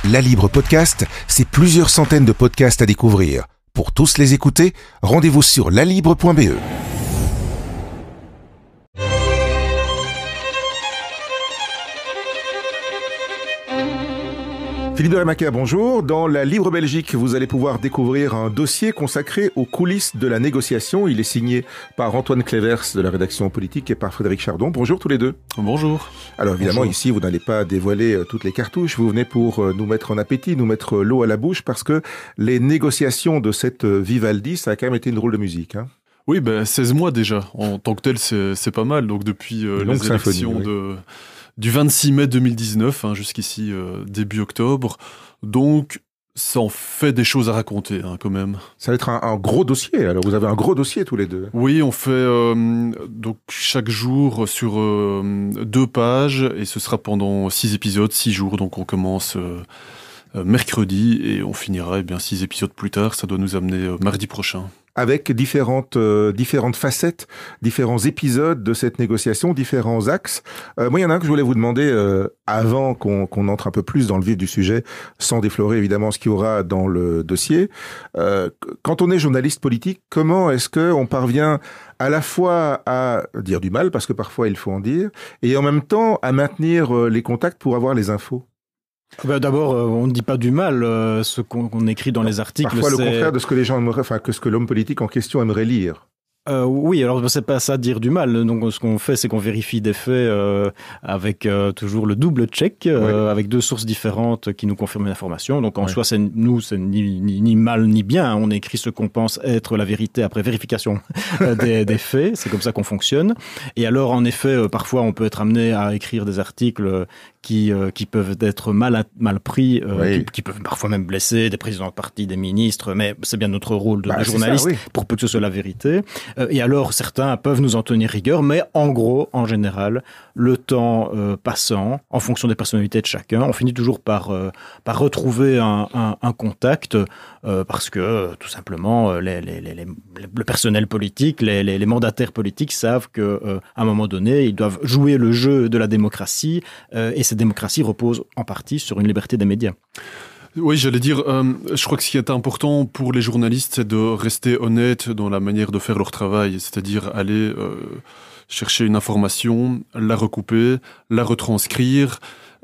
La Libre Podcast, c'est plusieurs centaines de podcasts à découvrir. Pour tous les écouter, rendez-vous sur lalibre.be. Philippe de Remaker, bonjour. Dans La Libre Belgique, vous allez pouvoir découvrir un dossier consacré aux coulisses de la négociation. Il est signé par Antoine Clevers de la rédaction politique et par Frédéric Chardon. Bonjour tous les deux. Bonjour. Alors évidemment, Bonjour. Ici, vous n'allez pas dévoiler toutes les cartouches. Vous venez pour nous mettre en appétit, nous mettre l'eau à la bouche, parce que les négociations de cette Vivaldi, ça a quand même été une drôle de musique, hein. Oui, 16 mois déjà. En tant que tel, c'est pas mal. Donc depuis les élections du 26 mai 2019 jusqu'ici début octobre. Donc ça en fait des choses à raconter quand même. Ça va être un gros dossier. Alors vous avez un gros dossier tous les deux. Oui, on fait donc chaque jour sur 2 pages et ce sera pendant 6 épisodes, 6 jours. Donc on commence mercredi et on finira 6 épisodes plus tard. Ça doit nous amener mardi prochain. Avec différentes facettes, différents épisodes de cette négociation, différents axes. Moi, il y en a un que je voulais vous demander avant qu'on entre un peu plus dans le vif du sujet, sans déflorer évidemment ce qu'il y aura dans le dossier. Quand on est journaliste politique, comment est-ce qu'on parvient à la fois à dire du mal, parce que parfois il faut en dire, et en même temps à maintenir les contacts pour avoir les infos? D'abord, on ne dit pas du mal. Ce qu'on écrit dans les articles, parfois le contraire de ce que les gens aimeraient, que ce que l'homme politique en question aimerait lire. Oui, alors c'est pas ça dire du mal. Donc ce qu'on fait, c'est qu'on vérifie des faits avec toujours le double check, avec 2 sources différentes qui nous confirment l'information. Donc en soi, c'est ni mal ni bien. On écrit ce qu'on pense être la vérité après vérification des faits. C'est comme ça qu'on fonctionne. Et alors, en effet, parfois, on peut être amené à écrire des articles qui peuvent être mal pris, qui peuvent parfois même blesser des présidents de parti, des ministres, mais c'est bien notre rôle de journaliste pour peu que ce soit la vérité. Et alors, certains peuvent nous en tenir rigueur, mais en gros, en général, le temps passant, en fonction des personnalités de chacun, on finit toujours par retrouver un contact, parce que, tout simplement, le personnel politique, les mandataires politiques savent qu'à un moment donné, ils doivent jouer le jeu de la démocratie, et cette démocratie repose en partie sur une liberté des médias. Oui, j'allais dire, je crois que ce qui est important pour les journalistes, c'est de rester honnête dans la manière de faire leur travail, c'est-à-dire aller chercher une information, la recouper, la retranscrire,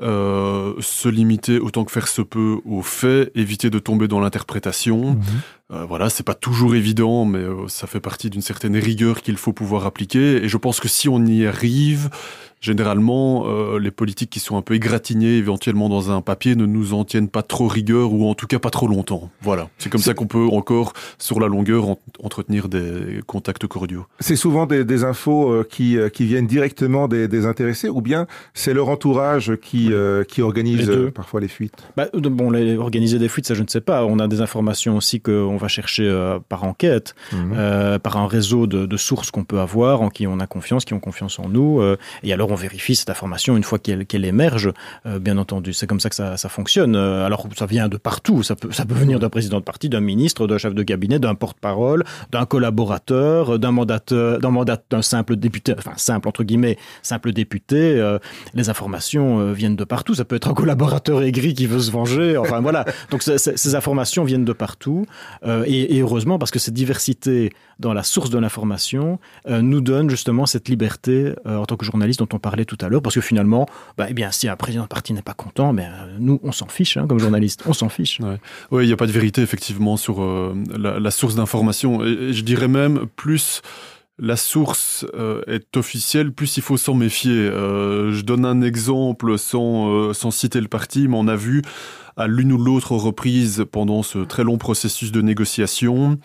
se limiter autant que faire se peut aux faits, éviter de tomber dans l'interprétation. Voilà, c'est pas toujours évident, mais ça fait partie d'une certaine rigueur qu'il faut pouvoir appliquer. Et je pense que si on y arrive, généralement, les politiques qui sont un peu égratignés éventuellement dans un papier ne nous en tiennent pas trop rigueur, ou en tout cas pas trop longtemps. Voilà, c'est comme ça qu'on peut encore, sur la longueur, entretenir des contacts cordiaux. C'est souvent des infos qui viennent directement des intéressés, ou bien c'est leur entourage qui organise parfois les fuites? Organiser des fuites, ça je ne sais pas. On a des informations aussi qu'on va chercher par enquête, par un réseau de sources qu'on peut avoir, en qui on a confiance, qui ont confiance en nous, et alors on vérifie cette information une fois qu'elle émerge, bien entendu. C'est comme ça que ça fonctionne. Alors ça vient de partout. Ça peut venir d'un président de parti, d'un ministre, d'un chef de cabinet, d'un porte-parole, d'un collaborateur, d'un simple député, enfin simple entre guillemets, simple député. Les informations viennent de partout. Ça peut être un collaborateur aigri qui veut se venger. Enfin voilà. Donc ces informations viennent de partout. Et heureusement, parce que cette diversité dans la source de l'information nous donne justement cette liberté en tant que journaliste dont on parlait tout à l'heure, parce que finalement, si un président de parti n'est pas content, nous, on s'en fiche, comme journaliste, on s'en fiche. Oui, il n'y a pas de vérité, effectivement, sur la source d'information. Et je dirais même, plus la source est officielle, plus il faut s'en méfier. Je donne un exemple sans citer le parti, mais on a vu à l'une ou l'autre reprise pendant ce très long processus de négociation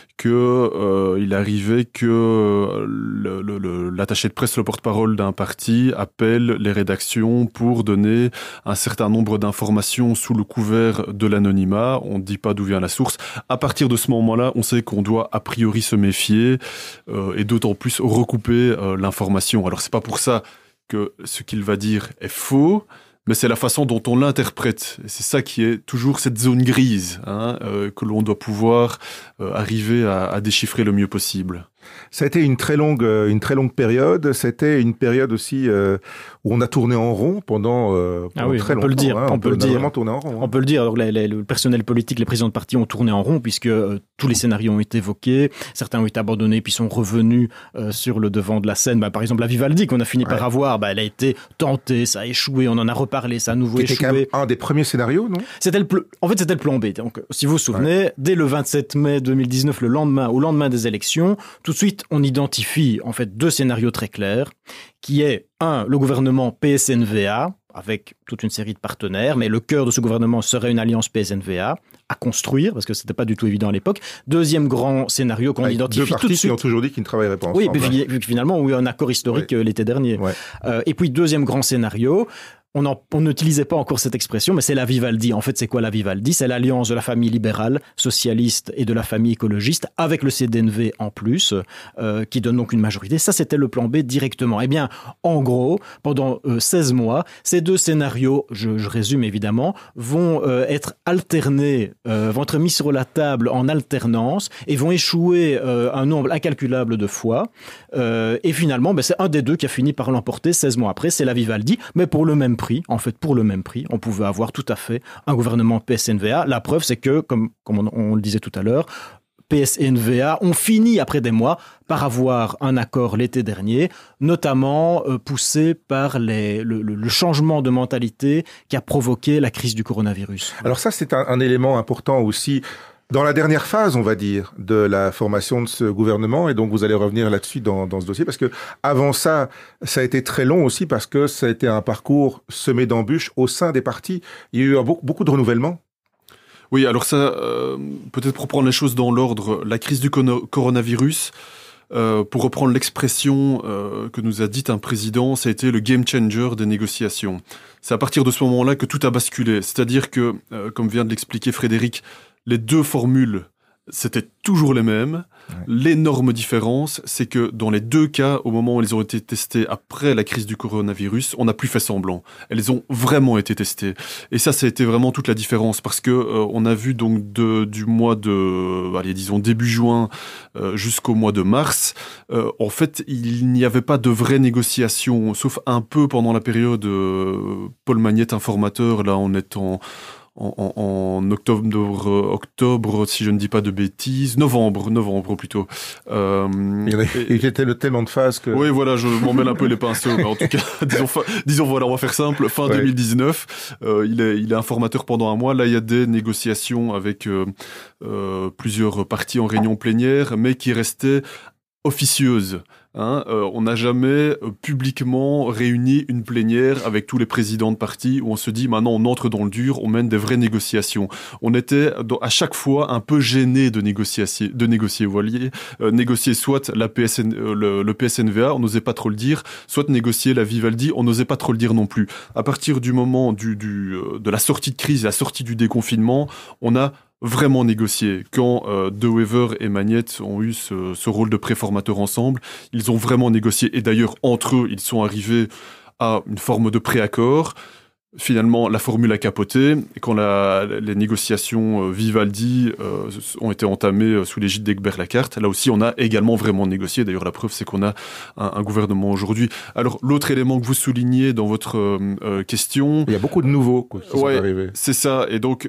il arrivait que l'attaché de presse, le porte-parole d'un parti, appelle les rédactions pour donner un certain nombre d'informations sous le couvert de l'anonymat. On ne dit pas d'où vient la source. À partir de ce moment-là, on sait qu'on doit a priori se méfier et d'autant plus recouper l'information. Alors c'est pas pour ça que ce qu'il va dire est faux, mais c'est la façon dont on l'interprète. Et c'est ça qui est toujours cette zone grise que l'on doit pouvoir arriver à déchiffrer le mieux possible. Ça a été une très longue période. C'était une période aussi où on a tourné en rond pendant très longtemps. On peut le dire. On a vraiment tourné en rond. On peut le dire. Alors, le personnel politique, les présidents de parti ont tourné en rond puisque tous les scénarios ont été évoqués. Certains ont été abandonnés puis sont revenus sur le devant de la scène. Par exemple, la Vivaldi qu'on a fini par avoir, elle a été tentée, ça a échoué. On en a reparlé, ça a à nouveau échoué. C'était quand même un des premiers scénarios, non ? C'était le plan B. Donc, si vous vous souvenez, dès le 27 mai 2019, au lendemain des élections, tout de suite, on identifie en fait deux scénarios très clairs, qui est le gouvernement PSNVA, avec toute une série de partenaires, mais le cœur de ce gouvernement serait une alliance PSNVA à construire, parce que c'était pas du tout évident à l'époque. Deuxième grand scénario qu'on identifie tout de suite. Deux partis qui ont toujours dit qu'ils ne travailleraient pas ensemble. Oui, puis finalement, on a eu un accord historique l'été dernier. Ouais. Et puis, deuxième grand scénario, on n'utilisait pas encore cette expression, mais c'est la Vivaldi. En fait, c'est quoi la Vivaldi ? C'est l'alliance de la famille libérale, socialiste et de la famille écologiste, avec le CDNV en plus, qui donne donc une majorité. Ça, c'était le plan B directement. Eh bien, en gros, pendant 16 mois, ces deux scénarios, je résume évidemment, vont être alternés, vont être mis sur la table en alternance et vont échouer un nombre incalculable de fois. Et finalement, c'est un des deux qui a fini par l'emporter 16 mois après. C'est la Vivaldi, mais pour le même prix. En fait, pour le même prix, on pouvait avoir tout à fait un gouvernement PSNVA. La preuve, c'est que, comme on le disait tout à l'heure, PSNVA ont fini, après des mois, par avoir un accord l'été dernier, notamment poussé par le changement de mentalité qui a provoqué la crise du coronavirus. Alors ça, c'est un élément important aussi. Dans la dernière phase, on va dire, de la formation de ce gouvernement, et donc vous allez revenir là-dessus dans ce dossier, parce que avant ça a été très long aussi, parce que ça a été un parcours semé d'embûches au sein des partis. Il y a eu beaucoup de renouvellement. Oui, alors ça, peut-être pour prendre les choses dans l'ordre, la crise du coronavirus, pour reprendre l'expression que nous a dite un président, ça a été le game changer des négociations. C'est à partir de ce moment-là que tout a basculé. C'est-à-dire que, comme vient de l'expliquer Frédéric, les deux formules, c'était toujours les mêmes. Ouais. L'énorme différence, c'est que dans les deux cas, au moment où elles ont été testées après la crise du coronavirus, on n'a plus fait semblant. Elles ont vraiment été testées. Et ça a été vraiment toute la différence, parce que on a vu donc du mois de, disons début juin jusqu'au mois de mars, en fait, il n'y avait pas de vraie négociation, sauf un peu pendant la période Paul Magnette informateur. Là, on est en octobre, si je ne dis pas de bêtises, novembre plutôt. Il était tellement de phases que... Oui, voilà, je m'en mêle un peu les pinceaux, mais en tout cas, disons voilà, on va faire simple. Fin 2019, il est informateur pendant un mois. Là, il y a des négociations avec plusieurs parties en réunion plénière, mais qui restaient officieuses. On n'a jamais publiquement réuni une plénière avec tous les présidents de partis où on se dit maintenant on entre dans le dur, on mène des vraies négociations. On était à chaque fois un peu gêné de négocier, vous voyez, négocier soit le PSNVA, on n'osait pas trop le dire, soit négocier la Vivaldi, on n'osait pas trop le dire non plus. À partir du moment de la sortie de crise, la sortie du déconfinement, on a vraiment négocié. Quand De Wever et Magnette ont eu ce rôle de préformateur ensemble, ils ont vraiment négocié. Et d'ailleurs, entre eux, ils sont arrivés à une forme de préaccord. Finalement, la formule a capoté. Et quand les négociations Vivaldi ont été entamées sous l'égide d'Egbert Lacarte, là aussi, on a également vraiment négocié. D'ailleurs, la preuve, c'est qu'on a un gouvernement aujourd'hui. Alors, l'autre élément que vous soulignez dans votre question... Il y a beaucoup de nouveaux qui sont arrivés. C'est ça. Et donc...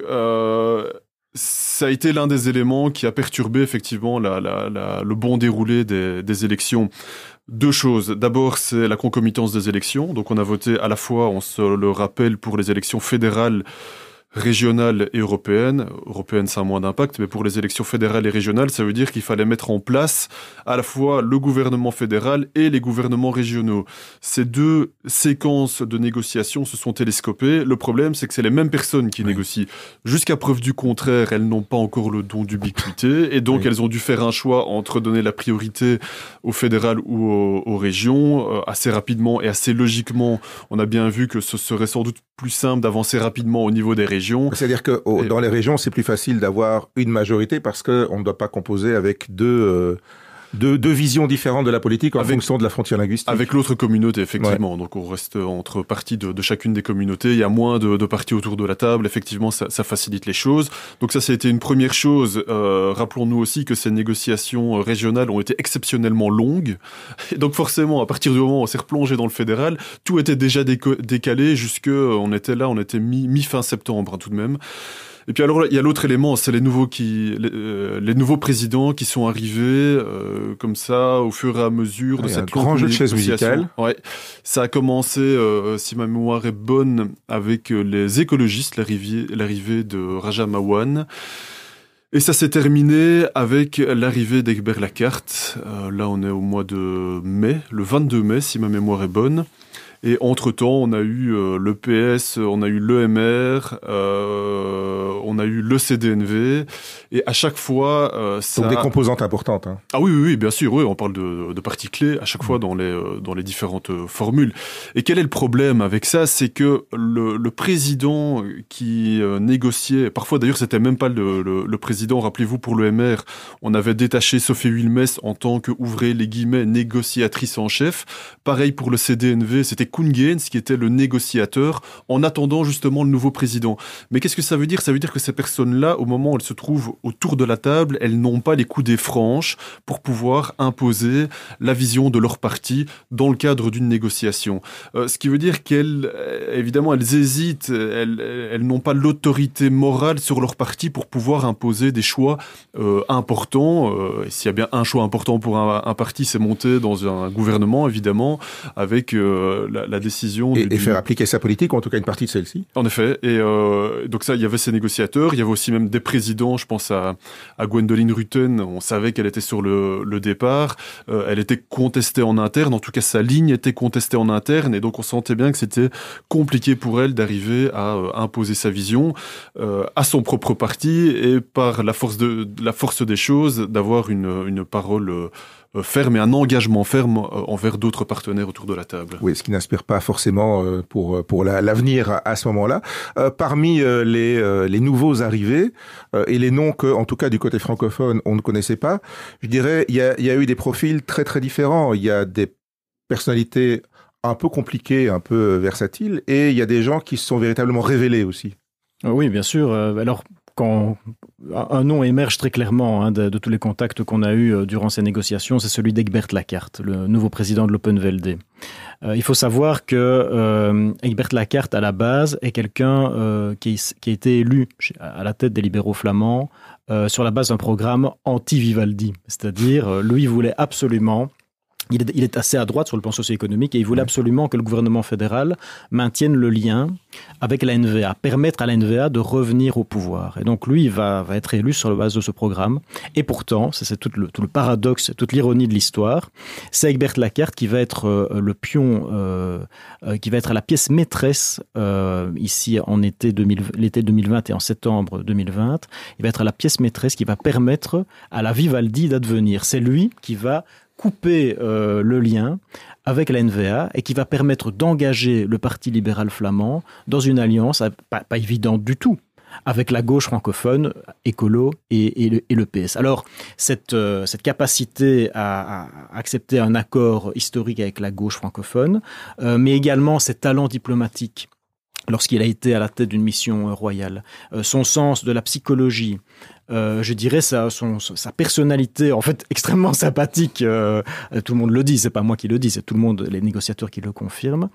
ça a été l'un des éléments qui a perturbé effectivement le bon déroulé des élections. Deux choses. D'abord, c'est la concomitance des élections. Donc on a voté à la fois, on se le rappelle, pour les élections fédérales, régionales et européennes. Européennes, ça a moins d'impact, mais pour les élections fédérales et régionales, ça veut dire qu'il fallait mettre en place à la fois le gouvernement fédéral et les gouvernements régionaux. Ces deux séquences de négociations se sont télescopées. Le problème, c'est que c'est les mêmes personnes qui négocient. Jusqu'à preuve du contraire, elles n'ont pas encore le don d'ubiquité, et donc elles ont dû faire un choix entre donner la priorité au fédéral ou aux régions. Assez rapidement et assez logiquement, on a bien vu que ce serait sans doute plus simple d'avancer rapidement au niveau des régions. C'est-à-dire que dans les régions, c'est plus facile d'avoir une majorité parce qu'on ne doit pas composer avec deux deux visions différentes de la politique en fonction de la frontière linguistique. Avec l'autre communauté, effectivement. Ouais. Donc on reste entre parties de chacune des communautés. Il y a moins de parties autour de la table. Effectivement, ça facilite les choses. Donc ça a été une première chose. Rappelons-nous aussi que ces négociations régionales ont été exceptionnellement longues. Et donc forcément, à partir du moment où on s'est replongé dans le fédéral, tout était déjà décalé jusque, on était mi-fin septembre, hein, tout de même. Et puis alors, il y a l'autre élément, c'est les nouveaux présidents qui sont arrivés comme ça au fur et à mesure de cette grand jeu de chaises musicales. Ouais, ça a commencé, si ma mémoire est bonne, avec les écologistes, l'arrivée de Raja Mawan. Et ça s'est terminé avec l'arrivée d'Egbert Lacarte. Là, on est au mois de mai, le 22 mai, si ma mémoire est bonne. Et entre-temps, on a eu le PS, on a eu l'EMR, on a eu le CDNV, et à chaque fois, ça... Donc des composantes importantes. Hein. Ah oui, bien sûr, oui, on parle de parties clés à chaque fois dans les différentes formules. Et quel est le problème avec ça? C'est que le président qui négociait, parfois d'ailleurs c'était même pas le président, rappelez-vous pour l'EMR, on avait détaché Sophie Wilmès en tant que, ouvrez les guillemets, négociatrice en chef. Pareil pour le CDNV, c'était Koen Geens qui était le négociateur en attendant justement le nouveau président. Mais qu'est-ce que ça veut dire? Ça veut dire que ces personnes-là, au moment où elles se trouvent autour de la table, elles n'ont pas les coudées franches pour pouvoir imposer la vision de leur parti dans le cadre d'une négociation. Ce qui veut dire qu'elles, évidemment, elles hésitent, elles n'ont pas l'autorité morale sur leur parti pour pouvoir imposer des choix importants. Et s'il y a bien un choix important pour un parti, c'est monter dans un gouvernement, évidemment, avec la décision... Et faire appliquer sa politique, ou en tout cas une partie de celle-ci. En effet. Et donc ça, il y avait ces négociateurs, il y avait aussi même des présidents, je pense à Gwendoline Rutten, on savait qu'elle était sur le départ, elle était contestée en interne, en tout cas sa ligne était contestée en interne, et donc on sentait bien que c'était compliqué pour elle d'arriver à imposer sa vision à son propre parti, et par la force des choses, d'avoir une parole ferme et un engagement ferme envers d'autres partenaires autour de la table. Oui, ce qui n'inspire pas forcément pour l'avenir à ce moment-là. Parmi les nouveaux arrivés et les noms que, en tout cas du côté francophone, on ne connaissait pas, je dirais, il y a eu des profils très très différents. Il y a des personnalités un peu compliquées, un peu versatiles, et il y a des gens qui se sont véritablement révélés aussi. Oui, bien sûr. Alors, quand un nom émerge très clairement de tous les contacts qu'on a eus durant ces négociations, c'est celui d'Egbert Lacarte, le nouveau président de l'Open-VLD. Il faut savoir que Egbert Lacarte, à la base, est quelqu'un qui a été élu à la tête des libéraux flamands sur la base d'un programme anti-Vivaldi. C'est-à-dire, lui, il voulait absolument... Il est assez à droite sur le plan socio-économique et il voulait absolument que le gouvernement fédéral maintienne le lien avec la NVA, permettre à la NVA de revenir au pouvoir. Et donc lui, il va être élu sur la base de ce programme. Et pourtant, c'est tout le paradoxe, toute l'ironie de l'histoire, c'est Egbert Lacarte qui va être le pion, qui va être la pièce maîtresse ici en l'été 2020 et en septembre 2020. Il va être la pièce maîtresse qui va permettre à la Vivaldi d'advenir. C'est lui qui va couper le lien avec la NVA et qui va permettre d'engager le Parti libéral flamand dans une alliance pas évidente du tout avec la gauche francophone, écolo et le PS. Alors, cette capacité à accepter un accord historique avec la gauche francophone, mais également ses talents diplomatiques lorsqu'il a été à la tête d'une mission royale, son sens de la psychologie, je dirais sa personnalité, en fait, extrêmement sympathique, tout le monde le dit, c'est pas moi qui le dis, c'est tout le monde, les négociateurs qui le confirment,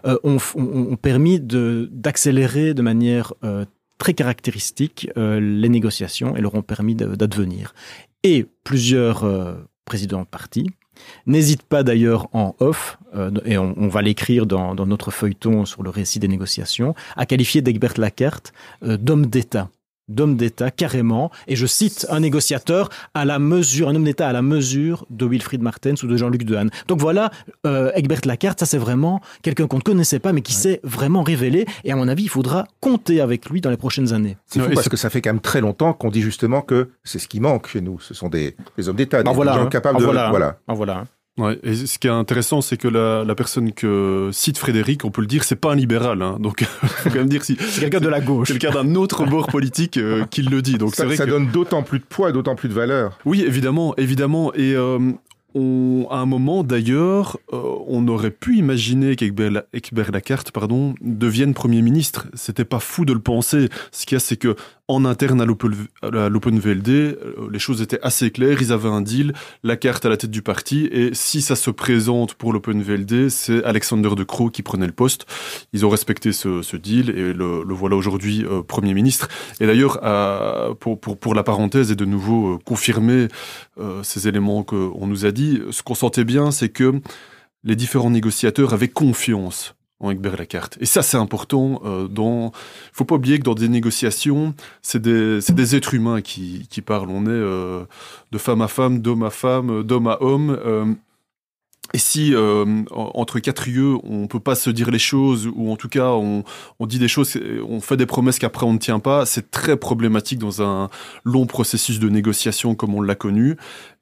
ont permis d'accélérer de manière très caractéristique les négociations et leur ont permis d'advenir. Et plusieurs présidents de parti n'hésite pas d'ailleurs en off, et on va l'écrire dans notre feuilleton sur le récit des négociations, à qualifier d'Egbert Lacarte d'homme d'État carrément, et je cite un négociateur un homme d'État à la mesure de Wilfried Martens ou de Jean-Luc Dehaene. Donc voilà, Egbert Lacarte, ça c'est vraiment quelqu'un qu'on ne connaissait pas mais qui s'est vraiment révélé, et à mon avis il faudra compter avec lui dans les prochaines années. C'est fou parce que ça fait quand même très longtemps qu'on dit justement que c'est ce qui manque chez nous, ce sont des hommes d'État, des gens capables de... Voilà. Ouais, et ce qui est intéressant, c'est que la personne que cite Frédéric, on peut le dire, c'est pas un libéral, hein. Donc, faut quand même dire si c'est quelqu'un de la gauche, quelqu'un d'un autre bord politique qui le dit. Donc ça donne d'autant plus de poids, d'autant plus de valeur. Oui, évidemment. Et à un moment, d'ailleurs, on aurait pu imaginer qu'Egbert Lacarte, devienne Premier ministre. C'était pas fou de le penser. Ce qu'il y a, c'est que en interne à l'OpenVLD, les choses étaient assez claires. Ils avaient un deal, Lacarte à la tête du parti, et si ça se présente pour l'OpenVLD, c'est Alexander De Croo qui prenait le poste. Ils ont respecté ce deal, et le voilà aujourd'hui Premier ministre. Et d'ailleurs, pour la parenthèse, et de nouveau confirmer ces éléments qu'on nous a dit, ce qu'on sentait bien, c'est que les différents négociateurs avaient confiance en Egbert Lacarte. Et ça, c'est important. Faut pas oublier que dans des négociations, c'est des êtres humains qui parlent. On est de femme à femme, d'homme à femme, d'homme à homme. Et si, entre quatre yeux, on peut pas se dire les choses, ou en tout cas, on dit des choses, on fait des promesses qu'après on ne tient pas, c'est très problématique dans un long processus de négociation comme on l'a connu.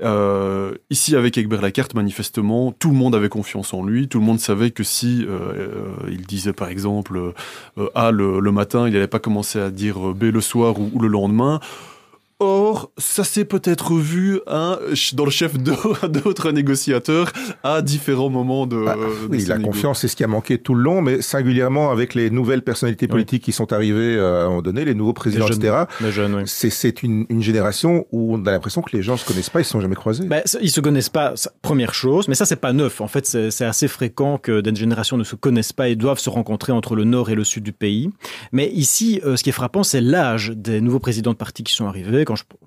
Ici, avec Egbert Lacarte, manifestement, tout le monde avait confiance en lui, tout le monde savait que si il disait par exemple A le matin, il n'allait pas commencer à dire B le soir ou le lendemain. Or, ça s'est peut-être vu dans le chef d'autres négociateurs à différents moments de oui, la confiance, c'est ce qui a manqué tout le long, mais singulièrement avec les nouvelles personnalités politiques qui sont arrivées à un moment donné, les nouveaux présidents, etc. Les jeunes, oui. C'est une génération où on a l'impression que les gens se connaissent pas, ils se sont jamais croisés. Ils se connaissent pas, première chose, mais ça c'est pas neuf. En fait, c'est assez fréquent que des générations ne se connaissent pas et doivent se rencontrer entre le nord et le sud du pays. Mais ici, ce qui est frappant, c'est l'âge des nouveaux présidents de partis qui sont arrivés.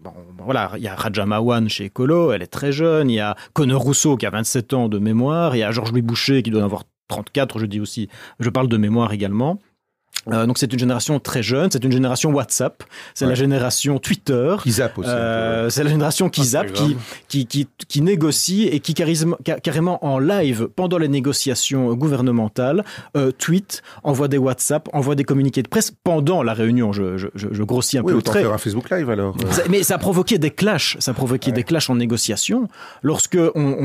Il y a Raja Mawan chez Ecolo, elle est très jeune. Il y a Conor Rousseau qui a 27 ans de mémoire. Il y a Georges-Louis Boucher qui doit en avoir 34, je parle de mémoire également. Donc c'est une génération très jeune, c'est une génération WhatsApp, c'est la génération Twitter, qui zappe aussi. C'est la génération qui zappe, qui négocie et qui carrément en live pendant les négociations gouvernementales tweet, envoie des WhatsApp, envoie des communiqués de presse pendant la réunion. Je grossis un peu le trait. Autant faire un Facebook Live alors. Mais ça a provoqué des clashs, des clashs en négociation lorsque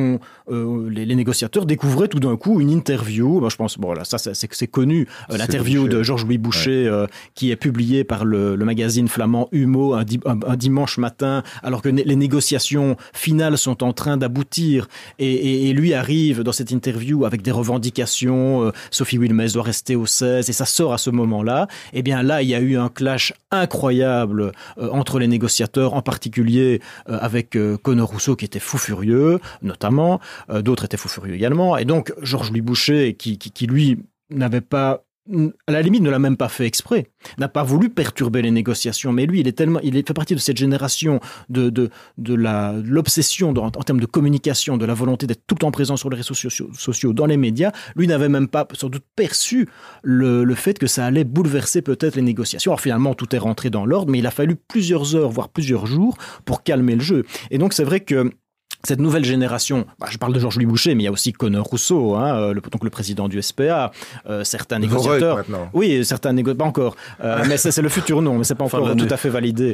les négociateurs découvraient tout d'un coup une interview. Je pense ça c'est connu, l'interview de Georges-Louis Boucher qui est publié par le magazine flamand Humo un dimanche matin alors que les négociations finales sont en train d'aboutir et lui arrive dans cette interview avec des revendications, Sophie Wilmès doit rester au 16 et ça sort à ce moment-là. Et bien là il y a eu un clash incroyable entre les négociateurs, en particulier avec Conor Rousseau qui était fou furieux notamment, d'autres étaient fous furieux également, et donc Georges-Louis Boucher qui lui n'avait pas, à la limite, ne l'a même pas fait exprès, n'a pas voulu perturber les négociations, mais lui, il fait partie de cette génération de l'obsession en termes de communication, de la volonté d'être tout le temps présent sur les réseaux sociaux, dans les médias. Lui n'avait même pas, sans doute, perçu le fait que ça allait bouleverser peut-être les négociations. Alors finalement, tout est rentré dans l'ordre, mais il a fallu plusieurs heures, voire plusieurs jours pour calmer le jeu. Et donc, c'est vrai que cette nouvelle génération, je parle de Georges-Louis Boucher, mais il y a aussi Conor Rousseau, donc le président du SPA, certains négociateurs. Oui, certains négociateurs, pas encore, mais c'est le futur nom, mais c'est pas encore tout à fait validé.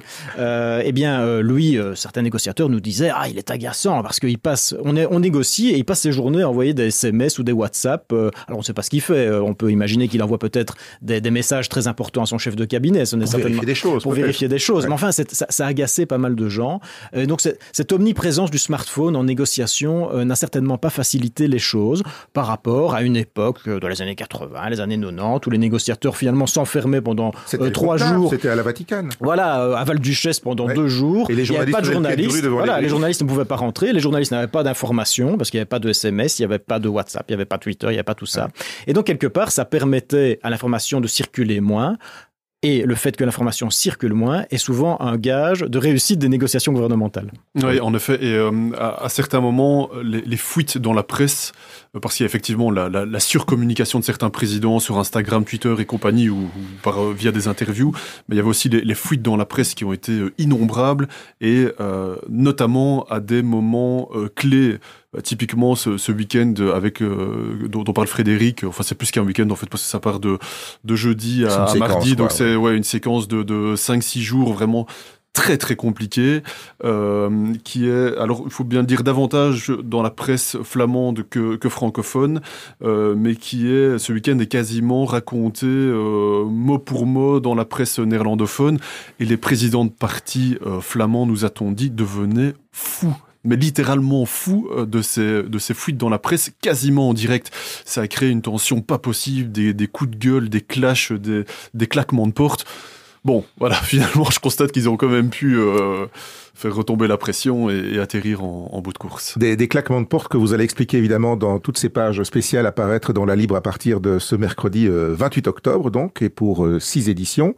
Lui, certains négociateurs nous disaient, il est agaçant parce on négocie et il passe ses journées à envoyer des SMS ou des WhatsApp. Alors on ne sait pas ce qu'il fait. On peut imaginer qu'il envoie peut-être des messages très importants à son chef de cabinet. Pour vérifier des choses. Ouais. Mais enfin, ça a agacé pas mal de gens. Donc cette omniprésence du smartphone en négociation n'a certainement pas facilité les choses par rapport à une époque dans les années 80, les années 90, où les négociateurs finalement s'enfermaient pendant 3 jours. C'était à la Vatican. Voilà, à Val-Duchesse pendant 2 jours. Et les journalistes, il n'y avait pas de journalistes. Les journalistes ne pouvaient pas rentrer. Les journalistes n'avaient pas d'informations parce qu'il n'y avait pas de SMS, il n'y avait pas de WhatsApp, il n'y avait pas Twitter, il n'y avait pas tout ça. Ouais. Et donc, quelque part, ça permettait à l'information de circuler moins. Et le fait que l'information circule moins est souvent un gage de réussite des négociations gouvernementales. Oui, en effet. Et à certains moments, les fuites dans la presse, parce qu'il y a effectivement la surcommunication de certains présidents sur Instagram, Twitter et compagnie, ou via des interviews, mais il y avait aussi les fuites dans la presse qui ont été innombrables, et notamment à des moments clés. Typiquement ce week-end dont parle Frédéric, enfin c'est plus qu'un week-end en fait parce que ça part de jeudi à mardi, donc c'est une séquence de 5-6 jours vraiment très très compliqué, qui est, alors il faut bien le dire, davantage dans la presse flamande que francophone, mais qui est, ce week-end est quasiment raconté mot pour mot dans la presse néerlandophone, et les présidents de partis flamands, nous a-t-on dit, devenaient fous mais littéralement fou de ces fuites dans la presse, quasiment en direct. Ça a créé une tension pas possible, des coups de gueule, des clashs, des claquements de porte. Bon, voilà, finalement, je constate qu'ils ont quand même pu faire retomber la pression et atterrir en bout de course. Des claquements de porte que vous allez expliquer évidemment dans toutes ces pages spéciales à paraître dans la Libre à partir de ce mercredi 28 octobre, donc, et pour 6 éditions.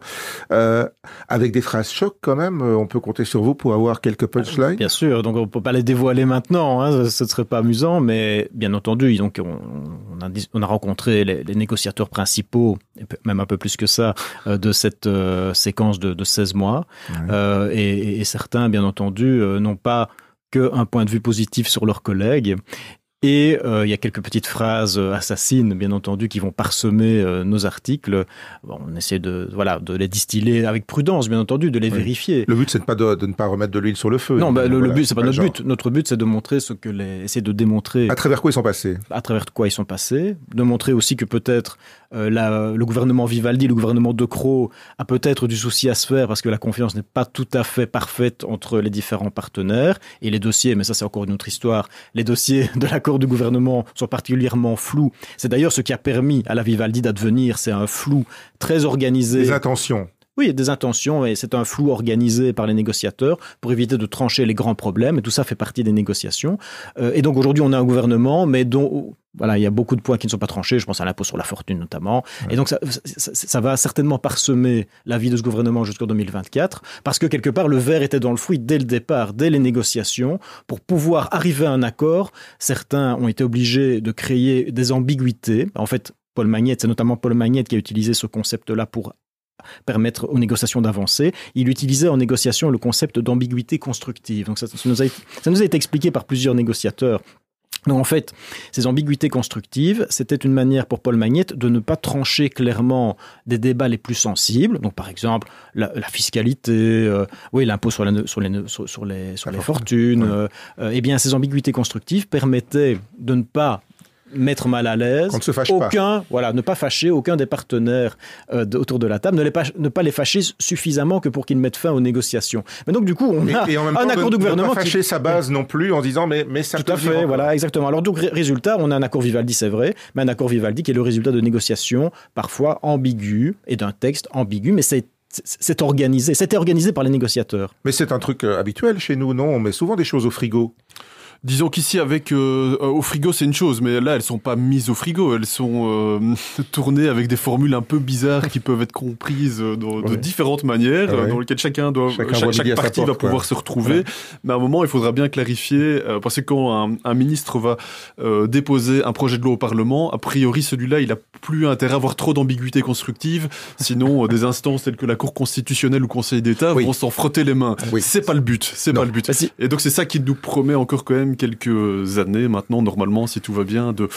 Avec des phrases chocs quand même, on peut compter sur vous pour avoir quelques punchlines. Bien sûr, donc on peut pas les dévoiler maintenant, hein, ce serait pas amusant, mais bien entendu, donc on a rencontré les négociateurs principaux, même un peu plus que ça, de cette séquence de 16 mois, et certains, bien entendu, n'ont pas qu'un point de vue positif sur leurs collègues. Et il y a quelques petites phrases assassines, bien entendu, qui vont parsemer nos articles. Bon, on essaie de les distiller avec prudence, bien entendu, de les vérifier. Le but, c'est de ne pas remettre de l'huile sur le feu. Non, le but, c'est pas notre but. Notre but, c'est de montrer essayer de démontrer. À travers quoi ils sont passés. À travers quoi ils sont passés. De montrer aussi que peut-être le gouvernement Vivaldi, le gouvernement De Croo a peut-être du souci à se faire parce que la confiance n'est pas tout à fait parfaite entre les différents partenaires. Et les dossiers, mais ça c'est encore une autre histoire, les dossiers de l'accord du gouvernement sont particulièrement flous. C'est d'ailleurs ce qui a permis à la Vivaldi d'advenir, c'est un flou très organisé. Des intentions. Oui, des intentions, et c'est un flou organisé par les négociateurs pour éviter de trancher les grands problèmes, et tout ça fait partie des négociations. Et donc aujourd'hui, on a un gouvernement, mais dont il y a beaucoup de points qui ne sont pas tranchés, je pense à l'impôt sur la fortune notamment, et donc ça va certainement parsemer la vie de ce gouvernement jusqu'en 2024, parce que quelque part, le verre était dans le fruit dès le départ, dès les négociations. Pour pouvoir arriver à un accord, certains ont été obligés de créer des ambiguïtés. En fait, c'est notamment Paul Magnette qui a utilisé ce concept-là pour permettre aux négociations d'avancer. Il utilisait en négociation le concept d'ambiguïté constructive. Donc ça nous a été expliqué par plusieurs négociateurs. Donc en fait, ces ambiguïtés constructives, c'était une manière pour Paul Magnette de ne pas trancher clairement des débats les plus sensibles. Donc par exemple, la fiscalité, l'impôt sur les fortunes. Eh bien, ces ambiguïtés constructives permettaient de ne pas mettre mal à l'aise, ne se fâche pas. Ne pas fâcher aucun des partenaires autour de la table, ne pas les fâcher suffisamment que pour qu'ils mettent fin aux négociations. Mais donc du coup, on a un accord de gouvernement ne pas fâcher sa base non plus en disant mais ça tout à fait, voilà, exactement. Alors donc résultat, on a un accord Vivaldi, c'est vrai, mais un accord Vivaldi qui est le résultat de négociations parfois ambiguës et d'un texte ambigu, mais c'est organisé. C'était organisé par les négociateurs. Mais c'est un truc habituel chez nous, non ? On met souvent des choses au frigo. Disons qu'ici, au frigo, c'est une chose, mais là, elles sont pas mises au frigo. Elles sont tournées avec des formules un peu bizarres qui peuvent être comprises de différentes manières, dans lesquelles chaque partie va pouvoir se retrouver. Ouais. Mais à un moment, il faudra bien clarifier, parce que quand un ministre va déposer un projet de loi au Parlement, a priori, celui-là, il a plus intérêt à avoir trop d'ambiguïté constructive. Sinon, des instances telles que la Cour constitutionnelle ou Conseil d'État vont s'en frotter les mains. Oui. C'est pas le but. Pas le but. Et donc, c'est ça qui nous promet encore quand même quelques années maintenant, normalement, si tout va bien, de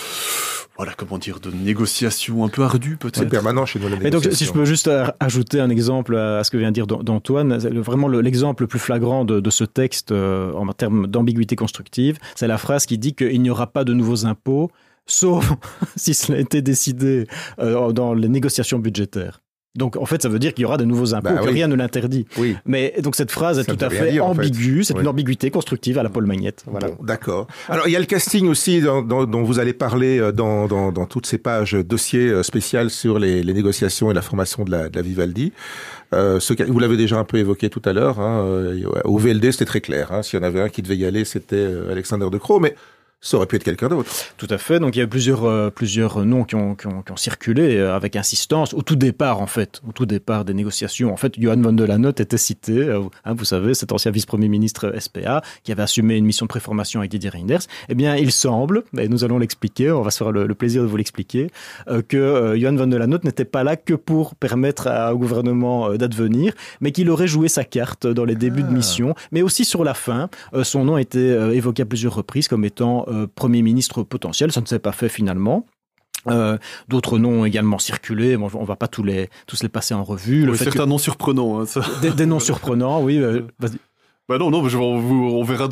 négociations un peu ardues, peut-être. C'est permanent chez nous, la négociation. Et donc, si je peux juste ajouter un exemple à ce que vient de dire d'Antoine, vraiment l'exemple le plus flagrant de ce texte en termes d'ambiguïté constructive, c'est la phrase qui dit qu'il n'y aura pas de nouveaux impôts, sauf si cela a été décidé dans les négociations budgétaires. Donc, en fait, ça veut dire qu'il y aura de nouveaux impôts, que rien ne l'interdit. Oui. Mais donc, cette phrase est tout à fait ambiguë. C'est une ambiguïté constructive à la Paul Magnette. Voilà. Bon, d'accord. Alors, il y a le casting aussi dont vous allez parler dans toutes ces pages dossiers spéciales sur les négociations et la formation de la Vivaldi. Vous l'avez déjà un peu évoqué tout à l'heure. Au VLD, c'était très clair. S'il y en avait un qui devait y aller, c'était Alexander De Croo. Mais ça aurait pu être quelqu'un d'autre. Tout à fait. Donc il y a plusieurs noms qui ont circulé avec insistance au tout départ des négociations. En fait, Johan van de Lanotte était cité. Vous savez, cet ancien vice-premier ministre SPA qui avait assumé une mission de préformation avec Didier Reynders. Eh bien, il semble, et nous allons l'expliquer, on va se faire le plaisir de vous l'expliquer, que Johan van de Lanotte n'était pas là que pour permettre au gouvernement d'advenir, mais qu'il aurait joué sa carte dans les débuts de mission, mais aussi sur la fin. Son nom a été évoqué à plusieurs reprises comme étant Premier ministre potentiel. Ça ne s'est pas fait finalement. D'autres noms ont également circulé. Bon, on va pas tous les passer en revue. Certains noms surprenants. Des noms surprenants, oui. Vas-y. Bah non, mais on verra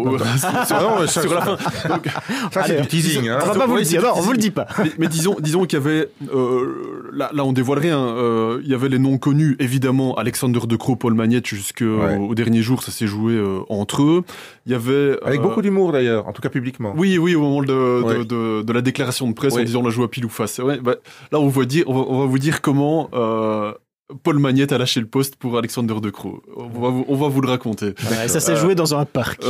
sur la fin. Donc, ça, c'est du teasing. On va pas vous le dire, non, on vous le dit pas. Mais disons qu'il y avait, là on dévoile rien, il y avait les noms connus, évidemment, Alexander De Croo, Paul Magnette, jusqu'au dernier jour, ça s'est joué entre eux. Il y avait... Avec beaucoup d'humour d'ailleurs, en tout cas publiquement. Oui, au moment de la déclaration de presse, en disant on la joue à pile ou face. Ouais, là on va vous dire comment... Paul Magnette a lâché le poste pour Alexander De Croo. On va vous le raconter. Ouais, ça s'est joué dans un parc,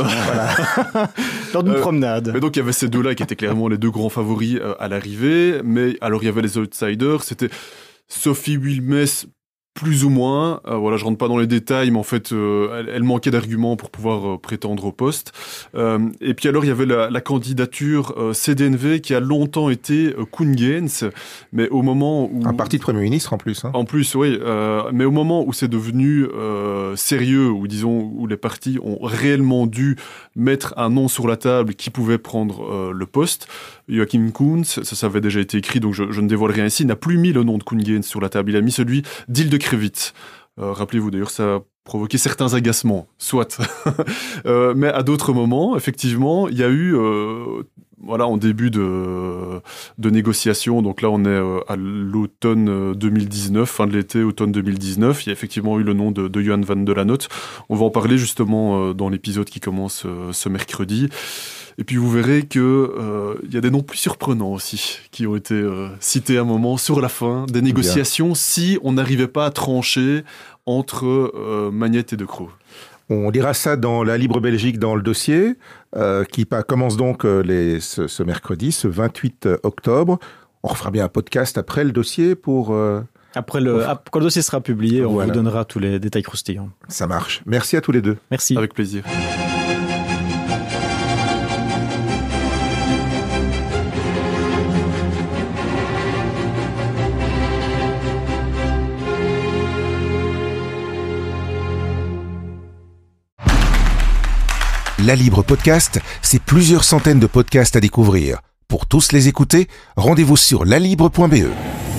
lors d'une promenade. Mais donc il y avait ces deux-là qui étaient clairement les deux grands favoris à l'arrivée. Mais alors il y avait les outsiders, c'était Sophie Wilmès, plus ou moins. Je rentre pas dans les détails, mais en fait, elle manquait d'arguments pour pouvoir prétendre au poste. Et puis alors, il y avait la candidature CDNV qui a longtemps été Koen Geens, mais au moment où... Un parti de Premier ministre en plus. Hein. En plus, oui. Mais au moment où c'est devenu sérieux, où les partis ont réellement dû mettre un nom sur la table qui pouvait prendre le poste, Joachim Koens, ça avait déjà été écrit, donc je ne dévoile rien ici, n'a plus mis le nom de Koen Geens sur la table. Il a mis celui d'Hilde Krevits. Rappelez-vous, d'ailleurs, ça a provoqué certains agacements, soit. Mais à d'autres moments, effectivement, il y a eu... en début de négociations, donc là on est à l'automne 2019, fin de l'été, automne 2019, il y a effectivement eu le nom de Johan van de Lanotte. On va en parler justement dans l'épisode qui commence ce mercredi. Et puis vous verrez que y a des noms plus surprenants aussi qui ont été cités à un moment sur la fin des négociations si on n'arrivait pas à trancher entre Magnette et De Croo. On lira ça dans la Libre Belgique dans le dossier qui commence donc ce mercredi, ce 28 octobre. On refera bien un podcast après le dossier pour... quand le dossier sera publié, on vous donnera tous les détails croustillants. Ça marche. Merci à tous les deux. Merci. Avec plaisir. La Libre Podcast, c'est plusieurs centaines de podcasts à découvrir. Pour tous les écouter, rendez-vous sur lalibre.be.